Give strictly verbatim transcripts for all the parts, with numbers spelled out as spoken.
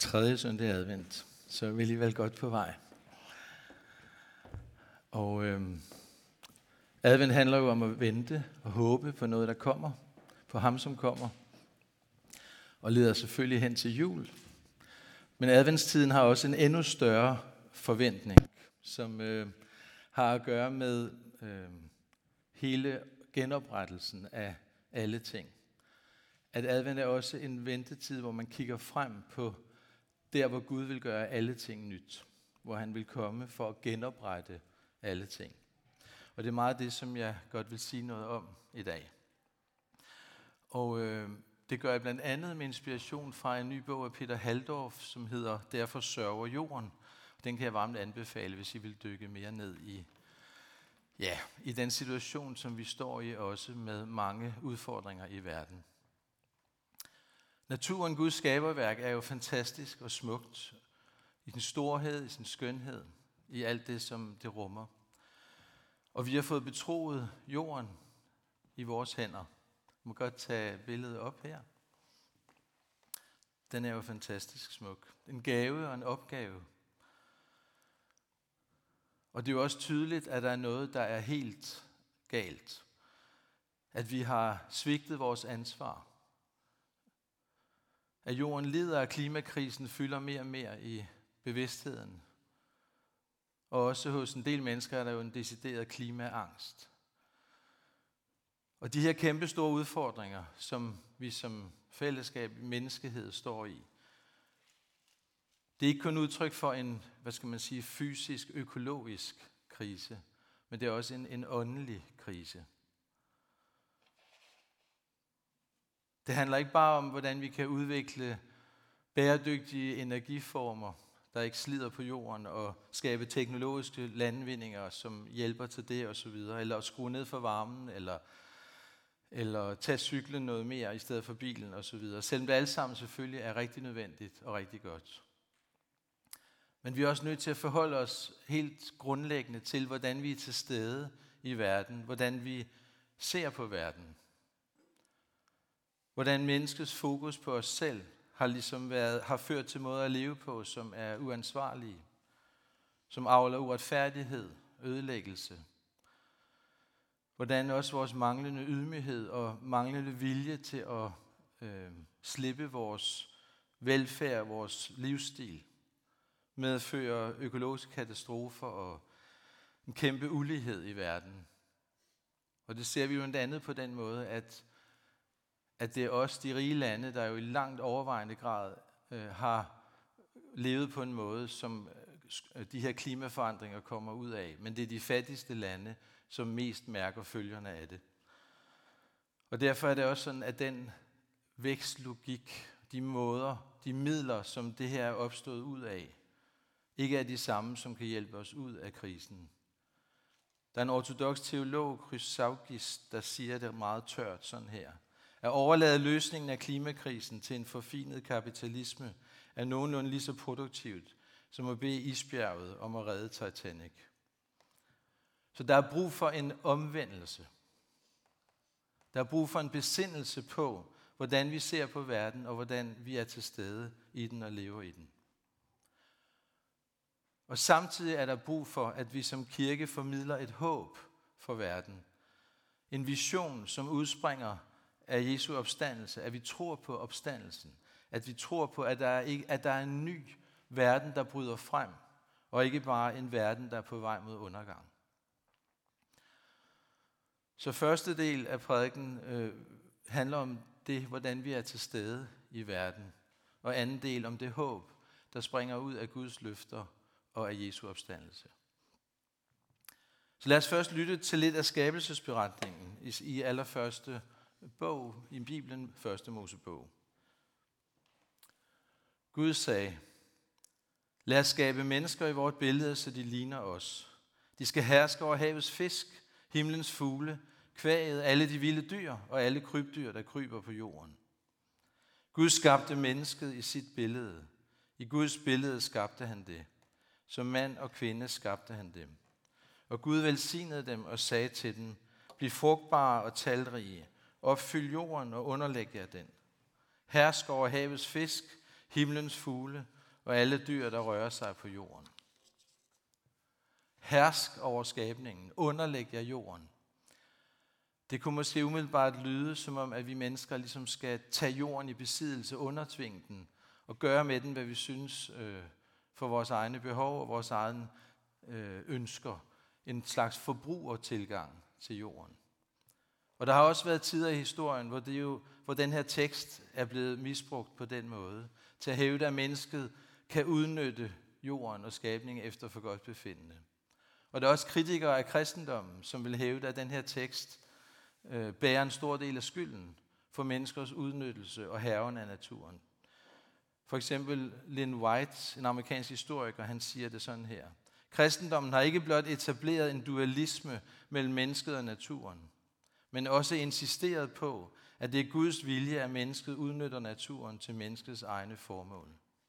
tredje søndag advent, så er vi alligevel godt på vej. Og øhm, advent handler jo om at vente og håbe på noget, der kommer, på ham, som kommer, og leder selvfølgelig hen til jul. Men adventstiden har også en endnu større forventning, som øh, har at gøre med øh, hele genoprettelsen af alle ting. At advent er også en ventetid, hvor man kigger frem på der, hvor Gud vil gøre alle ting nyt. Hvor han vil komme for at genoprette alle ting. Og det er meget det, som jeg godt vil sige noget om i dag. Og øh, det gør jeg blandt andet med inspiration fra en ny bog af Peter Halldorf, som hedder Derfor sørger jorden. Den kan jeg varmt anbefale, hvis I vil dykke mere ned i, ja, i den situation, som vi står i, også med mange udfordringer i verden. Naturen, Guds skaberværk, er jo fantastisk og smukt i sin storhed, i sin skønhed, i alt det, som det rummer. Og vi har fået betroet jorden i vores hænder. Du må godt tage billedet op her. Den er jo fantastisk smuk. En gave og en opgave. Og det er jo også tydeligt, at der er noget, der er helt galt. At vi har svigtet vores ansvar. At jorden lider af klimakrisen, fylder mere og mere i bevidstheden. Og også hos en del mennesker er der jo en decideret klimaangst. Og de her kæmpe store udfordringer, som vi som fællesskab i menneskehed står i, det er ikke kun udtryk for en, hvad skal man sige, fysisk, økologisk krise, men det er også en, en åndelig krise. Det handler ikke bare om, hvordan vi kan udvikle bæredygtige energiformer, der ikke slider på jorden, og skabe teknologiske landvindinger, som hjælper til det osv., eller at skrue ned for varmen, eller, eller tage cyklen noget mere i stedet for bilen osv., selvom det alle sammen selvfølgelig er rigtig nødvendigt og rigtig godt. Men vi er også nødt til at forholde os helt grundlæggende til, hvordan vi er til stede i verden, hvordan vi ser på verden. Hvordan menneskets fokus på os selv har ligesom været, har ført til måder at leve på, som er uansvarlige, som avler uretfærdighed, ødelæggelse. Hvordan også vores manglende ydmyghed og manglende vilje til at øh, slippe vores velfærd, vores livsstil, medfører økologiske katastrofer og en kæmpe ulighed i verden. Og det ser vi jo blandt andet på den måde, at at det er os, de rige lande, der jo i langt overvejende grad øh, har levet på en måde, som øh, de her klimaforandringer kommer ud af. Men det er de fattigste lande, som mest mærker følgerne af det. Og derfor er det også sådan, at den vækstlogik, de måder, de midler, som det her er opstået ud af, ikke er de samme, som kan hjælpe os ud af krisen. Der er en ortodoks teolog, Chrysaugis, der siger det meget tørt sådan her. At overlade løsningen af klimakrisen til en forfinet kapitalisme er nogenlunde lige så produktivt, som at bede isbjerget om at redde Titanic. Så der er brug for en omvendelse. Der er brug for en besindelse på, hvordan vi ser på verden, og hvordan vi er til stede i den og lever i den. Og samtidig er der brug for, at vi som kirke formidler et håb for verden. En vision, som udspringer af Jesu opstandelse, at vi tror på opstandelsen, at vi tror på, at der, er ikke, at der er en ny verden, der bryder frem, og ikke bare en verden, der er på vej mod undergang. Så første del af prædiken øh, handler om det, hvordan vi er til stede i verden, og anden del om det håb, der springer ud af Guds løfter og af Jesu opstandelse. Så lad os først lytte til lidt af skabelsesberetningen i, i allerførste bog i Bibelen, første Mosebog. Gud sagde, lad os skabe mennesker i vort billede, så de ligner os. De skal herske over havets fisk, himlens fugle, kvæget, alle de vilde dyr og alle krybdyr, der kryber på jorden. Gud skabte mennesket i sit billede. I Guds billede skabte han det. Som mand og kvinde skabte han dem. Og Gud velsignede dem og sagde til dem, bliv frugtbare og talrige, opfyld jorden og underlæg jer den. Hersk over havets fisk, himlens fugle og alle dyr, der rører sig på jorden. Hersk over skabningen, underlæg jer jorden. Det kunne måske umiddelbart lyde, som om, at vi mennesker ligesom skal tage jorden i besiddelse, undertvinge den, og gøre med den, hvad vi synes øh, for vores egne behov og vores egne øh, ønsker. En slags forbrugertilgang til jorden. Og der har også været tider i historien, hvor, det jo, hvor den her tekst er blevet misbrugt på den måde, til at hævde, at mennesket kan udnytte jorden og skabningen efter forgodtbefindende. Og der er også kritikere af kristendommen, som vil hævde, at den her tekst øh, bærer en stor del af skylden for menneskers udnyttelse og hærgen af naturen. For eksempel Lynn White, en amerikansk historiker, han siger det sådan her. Kristendommen har ikke blot etableret en dualisme mellem mennesket og naturen, men også insisteret på, at det er Guds vilje, at mennesket udnytter naturen til menneskets egne formål.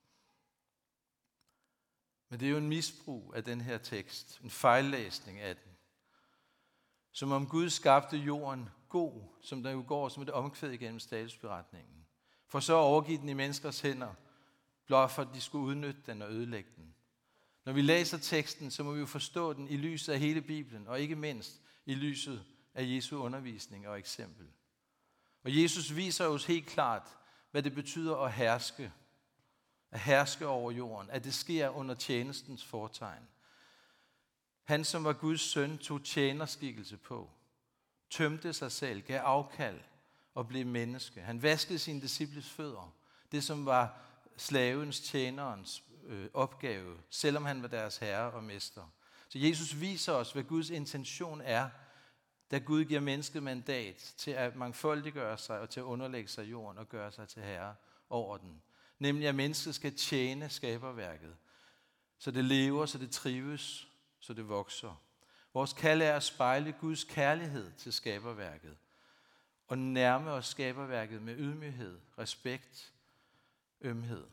Men det er jo en misbrug af den her tekst, en fejllæsning af den. Som om Gud skabte jorden god, som der jo går som et omkvæd igennem Statusberetningen, for så at overgive den i menneskers hænder, blot for at de skulle udnytte den og ødelægge den. Når vi læser teksten, så må vi jo forstå den i lyset af hele Bibelen, og ikke mindst i lyset af Jesu undervisning og eksempel. Og Jesus viser os helt klart, hvad det betyder at herske. At herske over jorden. At det sker under tjenestens fortegn. Han, som var Guds søn, tog tjenerskikkelse på. Tømte sig selv, gav afkald og blev menneske. Han vaskede sine disciples fødder. Det, som var slavens, tjenerens øh, opgave, selvom han var deres herre og mester. Så Jesus viser os, hvad Guds intention er, da Gud giver mennesket mandat til at mangfoldiggøre sig og til at underlægge sig jorden og gøre sig til herre over den. Nemlig at mennesket skal tjene skaberværket, så det lever, så det trives, så det vokser. Vores kald er at spejle Guds kærlighed til skaberværket og nærme os skaberværket med ydmyghed, respekt, ømhed.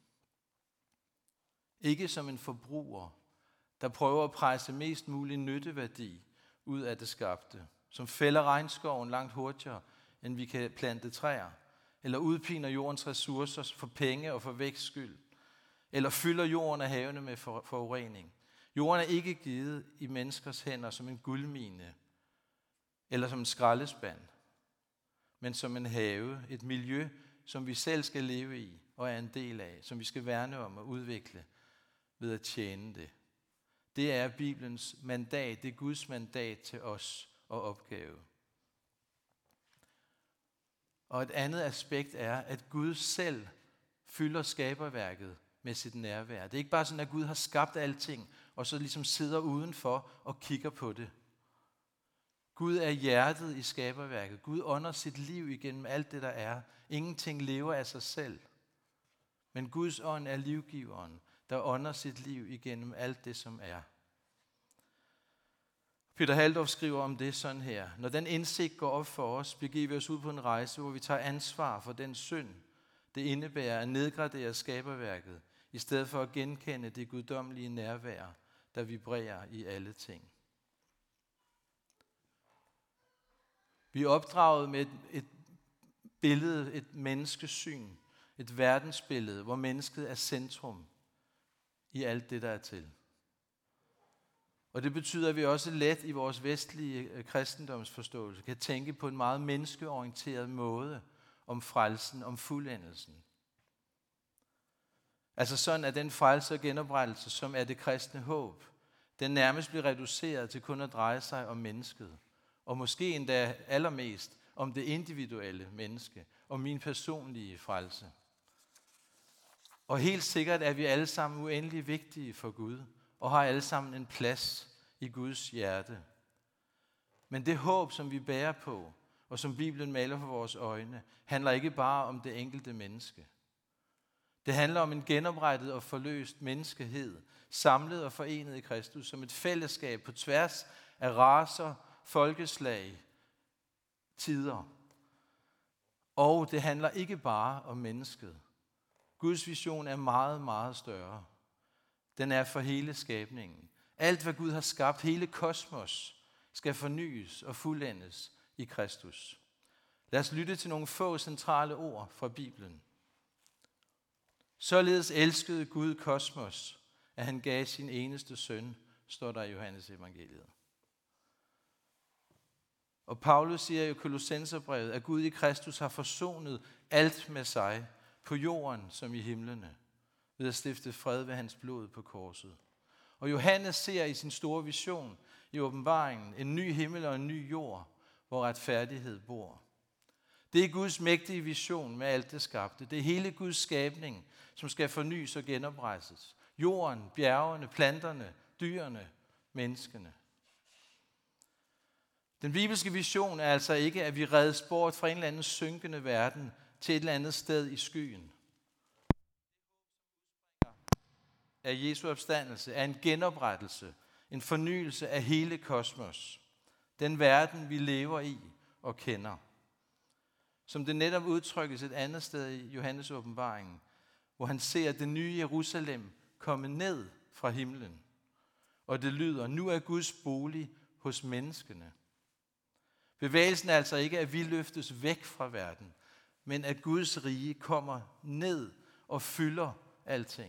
Ikke som en forbruger, der prøver at presse mest mulig nytteværdi ud af det skabte, som fælder regnskoven langt hurtigere, end vi kan plante træer, eller udpiner jordens ressourcer for penge og for væksts skyld, eller fylder jorden af havene med forurening. Jorden er ikke givet i menneskers hænder som en guldmine, eller som en skraldespand, men som en have, et miljø, som vi selv skal leve i og er en del af, som vi skal værne om og udvikle ved at tjene det. Det er Bibelens mandat, det er Guds mandat til os og opgave. Og et andet aspekt er, at Gud selv fylder skaberværket med sit nærvær. Det er ikke bare sådan, at Gud har skabt alting, og så ligesom sidder udenfor og kigger på det. Gud er hjertet i skaberværket. Gud ånder sit liv igennem alt det, der er. Ingenting lever af sig selv. Men Guds ånd er livgiveren, der ånder sit liv igennem alt det, som er. Peter Halldorf skriver om det sådan her. Når den indsigt går op for os, begiver vi os ud på en rejse, hvor vi tager ansvar for den synd, det indebærer at nedgradere skaberværket, i stedet for at genkende det guddommelige nærvær, der vibrerer i alle ting. Vi er opdraget med et, et billede, et menneskesyn, et verdensbillede, hvor mennesket er centrum i alt det, der er til. Og det betyder, at vi også let i vores vestlige kristendomsforståelse kan tænke på en meget menneskeorienteret måde om frelsen, om fuldendelsen. Altså sådan, at den frelse og genoprettelse, som er det kristne håb, den nærmest bliver reduceret til kun at dreje sig om mennesket. Og måske endda allermest om det individuelle menneske, om min personlige frelse. Og helt sikkert er vi alle sammen uendelig vigtige for Gud, og har alle sammen en plads i Guds hjerte. Men det håb, som vi bærer på, og som Bibelen maler for vores øjne, handler ikke bare om det enkelte menneske. Det handler om en genoprettet og forløst menneskehed, samlet og forenet i Kristus, som et fællesskab på tværs af racer, folkeslag, tider. Og det handler ikke bare om mennesket. Guds vision er meget, meget større. Den er for hele skabningen. Alt, hvad Gud har skabt, hele kosmos, skal fornyes og fuldendes i Kristus. Lad os lytte til nogle få centrale ord fra Bibelen. Således elskede Gud kosmos, at han gav sin eneste søn, står der i Johannes evangeliet. Og Paulus siger i Kolossenserbrevet, at Gud i Kristus har forsonet alt med sig, på jorden som i himlene, ved at stifte fred ved hans blod på korset. Og Johannes ser i sin store vision i åbenbaringen en ny himmel og en ny jord, hvor retfærdighed bor. Det er Guds mægtige vision med alt det skabte. Det er hele Guds skabning, som skal fornyes og genoprettes. Jorden, bjergene, planterne, dyrene, menneskene. Den bibelske vision er altså ikke, at vi reddes bort fra en eller anden synkende verden til et eller andet sted i skyen. Af Jesu opstandelse er en genoprettelse, en fornyelse af hele kosmos. Den verden, vi lever i og kender. Som det netop udtrykkes et andet sted i Johannes åbenbaringen, hvor han ser det nye Jerusalem komme ned fra himlen. Og det lyder, nu er Guds bolig hos menneskene. Bevægelsen er altså ikke, at vi løftes væk fra verden, men at Guds rige kommer ned og fylder alting.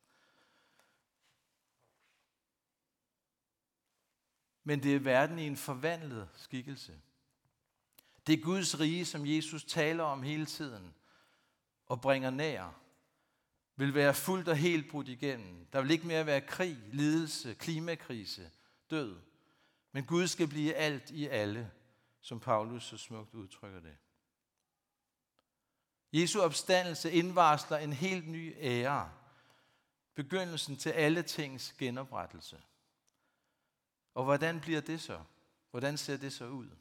Men det er verden i en forvandlet skikkelse. Det er Guds rige, som Jesus taler om hele tiden og bringer nær, vil være fuldt og helt brudt igennem. Der vil ikke mere være krig, lidelse, klimakrise, død. Men Gud skal blive alt i alle, som Paulus så smukt udtrykker det. Jesu opstandelse indvarsler en helt ny ære. Begyndelsen til alle tings genoprettelse. Og hvordan bliver det så? Hvordan ser det så ud?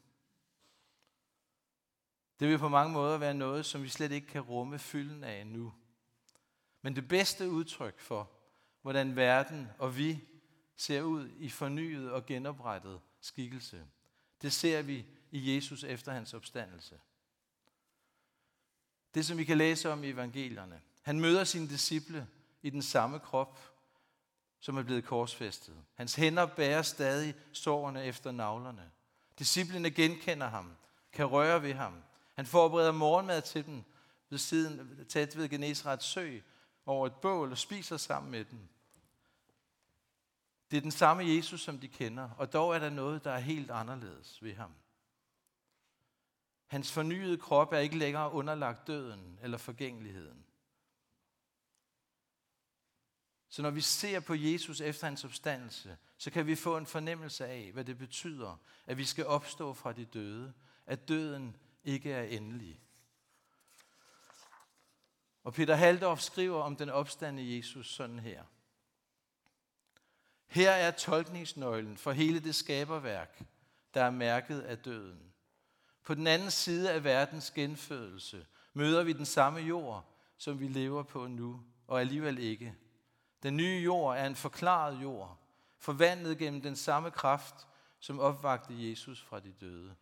Det vil på mange måder være noget, som vi slet ikke kan rumme fylden af nu. Men det bedste udtryk for, hvordan verden og vi ser ud i fornyet og genoprettet skikkelse, det ser vi i Jesus efter hans opstandelse. Det, som vi kan læse om i evangelierne. Han møder sine disciple i den samme krop, som er blevet korsfæstet. Hans hænder bærer stadig sårene efter naglerne. Disciplene genkender ham, kan røre ved ham. Han forbereder morgenmad til dem ved siden, tæt ved Genesarets sø, over et bål og spiser sammen med dem. Det er den samme Jesus, som de kender, og dog er der noget, der er helt anderledes ved ham. Hans fornyede krop er ikke længere underlagt døden eller forgængeligheden. Så når vi ser på Jesus efter hans opstandelse, så kan vi få en fornemmelse af, hvad det betyder, at vi skal opstå fra de døde, at døden ikke er endelig. Og Peter Halldorf skriver om den opstandne Jesus sådan her. Her er tolkningsnøglen for hele det skaberværk, der er mærket af døden. På den anden side af verdens genfødelse møder vi den samme jord, som vi lever på nu, og alligevel ikke. Den nye jord er en forklaret jord, forvandlet gennem den samme kraft, som opvagte Jesus fra de døde.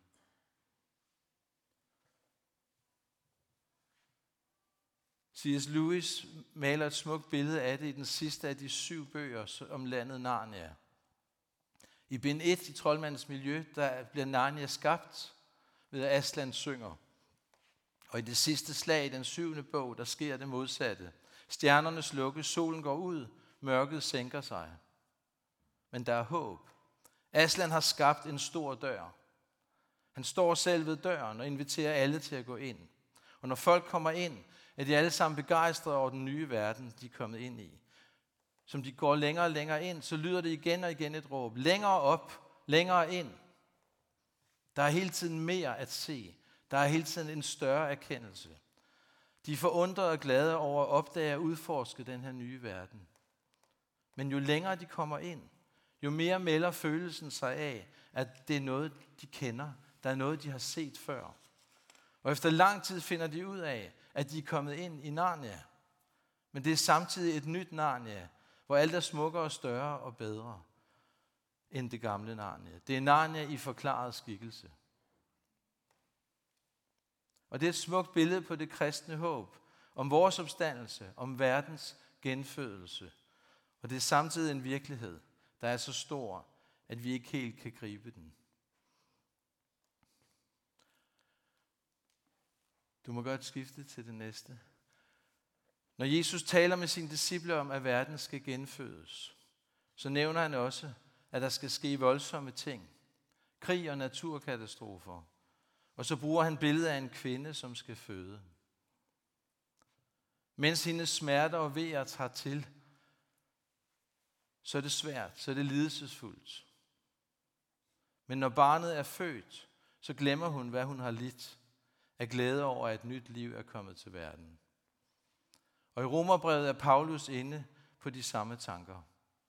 C S Lewis maler et smukt billede af det i den sidste af de syv bøger om landet Narnia. I bind et i Troldmandens miljø, der bliver Narnia skabt ved at Aslan synger. Og i det sidste slag i den syvende bog, der sker det modsatte. Stjernerne slukkes, solen går ud, mørket sænker sig. Men der er håb. Aslan har skabt en stor dør. Han står selv ved døren og inviterer alle til at gå ind. Og når folk kommer ind, er de alle sammen begejstrede over den nye verden, de er kommet ind i. Som de går længere og længere ind, så lyder det igen og igen et råb. Længere op, længere ind. Der er hele tiden mere at se. Der er hele tiden en større erkendelse. De er forundrede og glade over at opdage og udforske den her nye verden. Men jo længere de kommer ind, jo mere melder følelsen sig af, at det er noget, de kender. Der er noget, de har set før. Og efter lang tid finder de ud af, at de er kommet ind i Narnia. Men det er samtidig et nyt Narnia, hvor alt er smukkere og større og bedre end det gamle Narnia. Det er Narnia i forklaret skikkelse. Og det er et smukt billede på det kristne håb, om vores opstandelse, om verdens genfødelse. Og det er samtidig en virkelighed, der er så stor, at vi ikke helt kan gribe den. Du må godt skifte til det næste. Når Jesus taler med sine disciple om, at verden skal genfødes, så nævner han også, at der skal ske voldsomme ting. Krig og naturkatastrofer. Og så bruger han billedet af en kvinde, som skal føde. Mens hendes smerter og vejer tager til, så er det svært, så er det lidelsesfuldt. Men når barnet er født, så glemmer hun, hvad hun har lidt, af glæde over, at et nyt liv er kommet til verden. Og i Romerbrevet er Paulus inde på de samme tanker.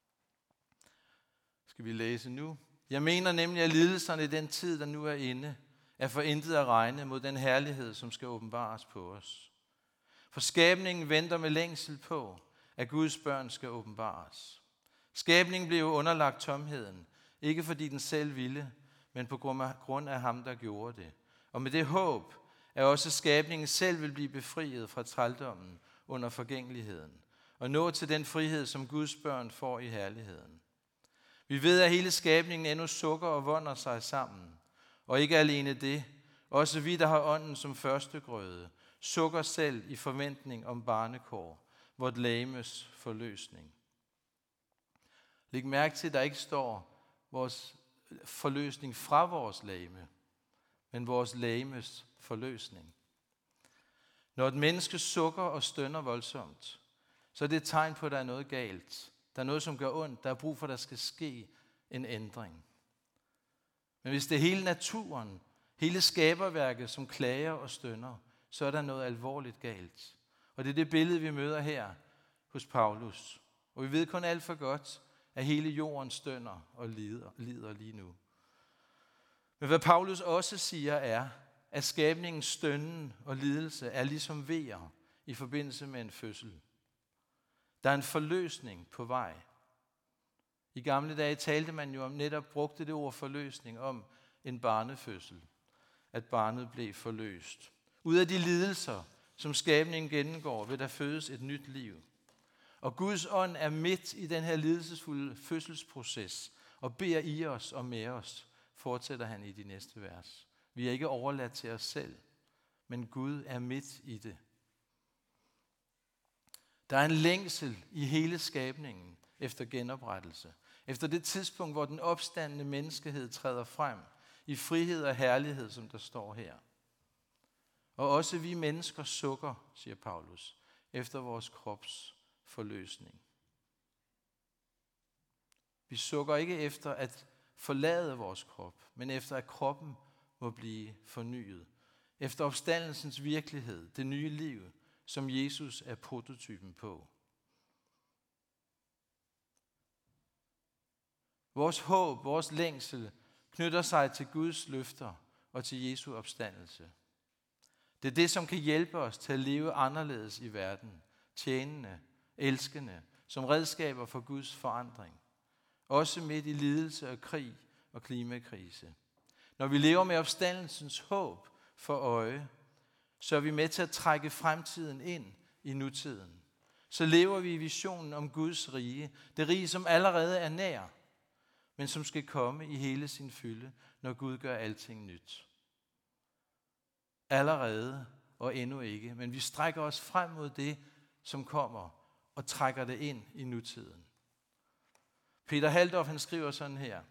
Skal vi læse nu? Jeg mener nemlig, at lidelserne i den tid, der nu er inde, er for intet at regne mod den herlighed, som skal åbenbares på os. For skabningen venter med længsel på, at Guds børn skal åbenbares. Skabningen blev underlagt tomheden, ikke fordi den selv ville, men på grund af ham, der gjorde det. Og med det håb, at også skabningen selv vil blive befriet fra trældommen under forgængeligheden, og nå til den frihed, som Guds børn får i herligheden. Vi ved, at hele skabningen endnu sukker og vonder sig sammen. Og ikke alene det, også vi, der har ånden som førstegrøde, sukker selv i forventning om barnekår, vort legemes forløsning. Læg mærke til, at der ikke står vores forløsning fra vores legeme, men vores legemes forløsning. Når et menneske sukker og stønner voldsomt, så er det et tegn på, at der er noget galt. Der er noget, som gør ondt. Der er brug for, at der skal ske en ændring. Men hvis det er hele naturen, hele skaberværket, som klager og stønner, så er der noget alvorligt galt. Og det er det billede, vi møder her hos Paulus. Og vi ved kun alt for godt, at hele jorden stønner og lider, lider lige nu. Men hvad Paulus også siger er, at skabningens stønnen og lidelse er ligesom vejer i forbindelse med en fødsel. Der er en forløsning på vej. I gamle dage talte man jo om, netop brugte det ord forløsning om en barnefødsel. At barnet blev forløst. Ud af de lidelser, som skabningen gennemgår, vil der fødes et nyt liv. Og Guds ånd er midt i den her lidelsesfulde fødselsproces og beder i os og med os, fortsætter han i de næste vers. Vi er ikke overladt til os selv, men Gud er midt i det. Der er en længsel i hele skabningen efter genoprettelse. Efter det tidspunkt, hvor den opstandende menneskehed træder frem i frihed og herlighed, som der står her. Og også vi mennesker sukker, siger Paulus, efter vores krops forløsning. Vi sukker ikke efter at forlade vores krop, men efter at kroppen må blive fornyet. Efter opstandelsens virkelighed, det nye liv, som Jesus er prototypen på. Vores håb, vores længsel knytter sig til Guds løfter og til Jesu opstandelse. Det er det, som kan hjælpe os til at leve anderledes i verden, tjenende, elskende, som redskaber for Guds forandring. Også midt i lidelse og krig og klimakrise. Når vi lever med opstandelsens håb for øje, så er vi med til at trække fremtiden ind i nutiden. Så lever vi i visionen om Guds rige, det rige, som allerede er nær, men som skal komme i hele sin fylde, når Gud gør alting nyt. Allerede og endnu ikke, men vi strækker os frem mod det, som kommer, og trækker det ind i nutiden. Peter Halldorf, han skriver sådan her.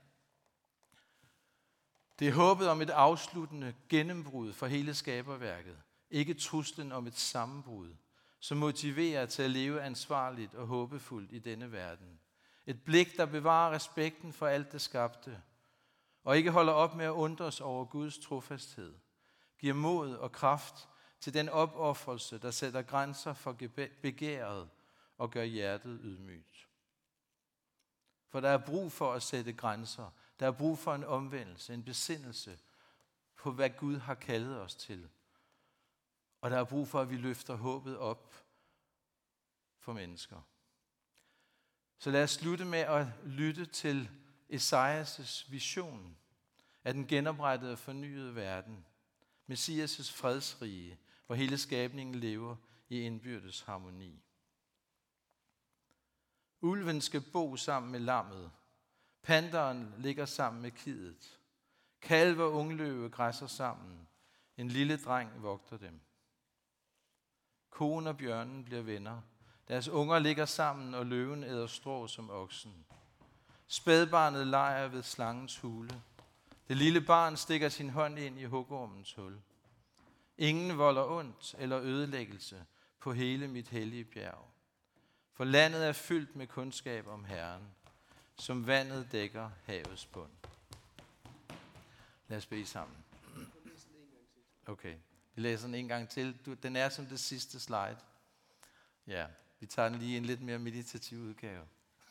Det er håbet om et afsluttende gennembrud for hele skaberværket, ikke truslen om et sammenbrud, som motiverer til at leve ansvarligt og håbefuldt i denne verden. Et blik, der bevarer respekten for alt det skabte, og ikke holder op med at undres over Guds trofasthed, giver mod og kraft til den opoffrelse, der sætter grænser for begæret og gør hjertet ydmygt. For der er brug for at sætte grænser. Der er brug for en omvendelse, en besindelse på, hvad Gud har kaldet os til. Og der er brug for, at vi løfter håbet op for mennesker. Så lad os slutte med at lytte til Esajas vision af den genoprettede og fornyede verden. Messias' fredsrige, hvor hele skabningen lever i indbyrdes harmoni. Ulven skal bo sammen med lammet. Panteren ligger sammen med kiddet. Kalve og ungløve græsser sammen. En lille dreng vogter dem. Koen og bjørnen bliver venner. Deres unger ligger sammen, og løven æder strå som oksen. Spædbarnet leger ved slangens hule. Det lille barn stikker sin hånd ind i hugormens hul. Ingen volder ondt eller ødelæggelse på hele mit hellige bjerg. For landet er fyldt med kundskab om Herren, som vandet dækker havets bund. Lad os bede sammen. Okay, vi læser den en gang til. Den er som det sidste slide. Ja, vi tager den lige en lidt mere meditativ udgave.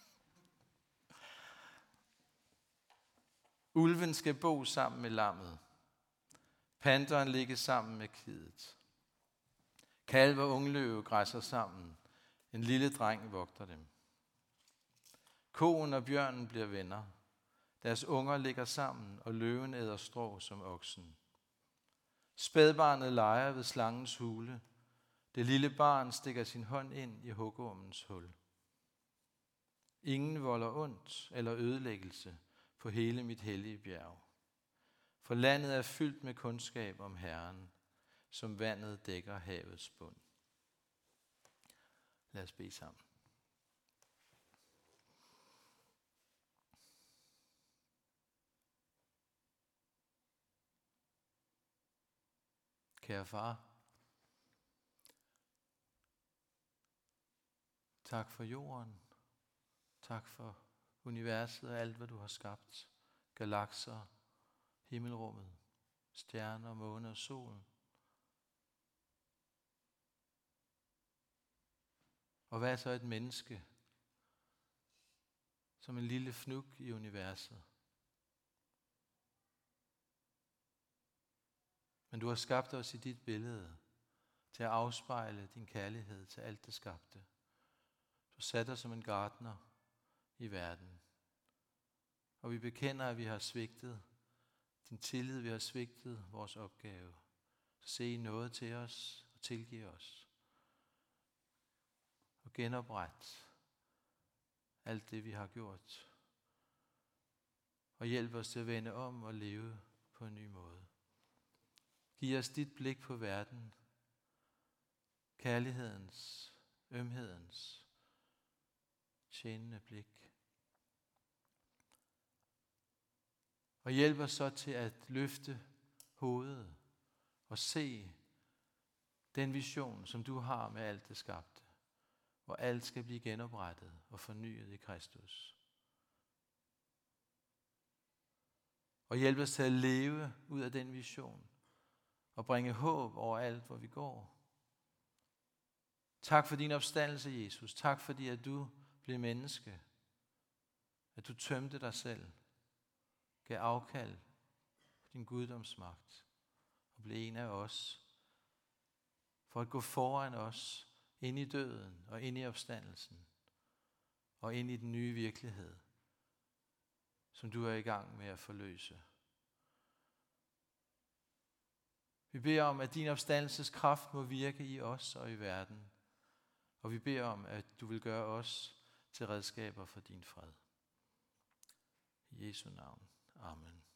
Ulven skal bo sammen med lammet. Panteren ligger sammen med kvidet. Kalv og ungløve græsser sammen. En lille dreng vogter dem. Koen og bjørnen bliver venner. Deres unger ligger sammen, og løven æder strå som oksen. Spædbarnet leger ved slangens hule. Det lille barn stikker sin hånd ind i hugormens hul. Ingen volder ondt eller ødelæggelse på hele mit hellige bjerg. For landet er fyldt med kundskab om Herren, som vandet dækker havets bund. Lad os bede sammen. Kære far, tak for jorden, tak for universet og alt, hvad du har skabt, galakser, himmelrummet, stjerner, måne og solen. Og hvad er så et menneske, som en lille fnug i universet? Men du har skabt os i dit billede til at afspejle din kærlighed til alt det skabte. Du satte os som en gartner i verden. Og vi bekender, at vi har svigtet din tillid, vi har svigtet vores opgave. Så se noget til os og tilgive os. Og genopret alt det, vi har gjort. Og hjælp os til at vende om og leve på en ny måde. Giv os dit blik på verden. Kærlighedens, ømhedens, tjenende blik. Og hjælp os så til at løfte hovedet og se den vision, som du har med alt det skabte. Hvor alt skal blive genoprettet og fornyet i Kristus. Og hjælp os til at leve ud af den vision. Og bringe håb over alt, hvor vi går. Tak for din opstandelse, Jesus. Tak fordi, at du blev menneske. At du tømte dig selv. Gav afkald på din guddomsmagt. Og blev en af os. For at gå foran os. Ind i døden og ind i opstandelsen. Og ind i den nye virkelighed. Som du er i gang med at forløse. Vi beder om, at din opstandelseskraft må virke i os og i verden. Og vi beder om, at du vil gøre os til redskaber for din fred. I Jesu navn. Amen.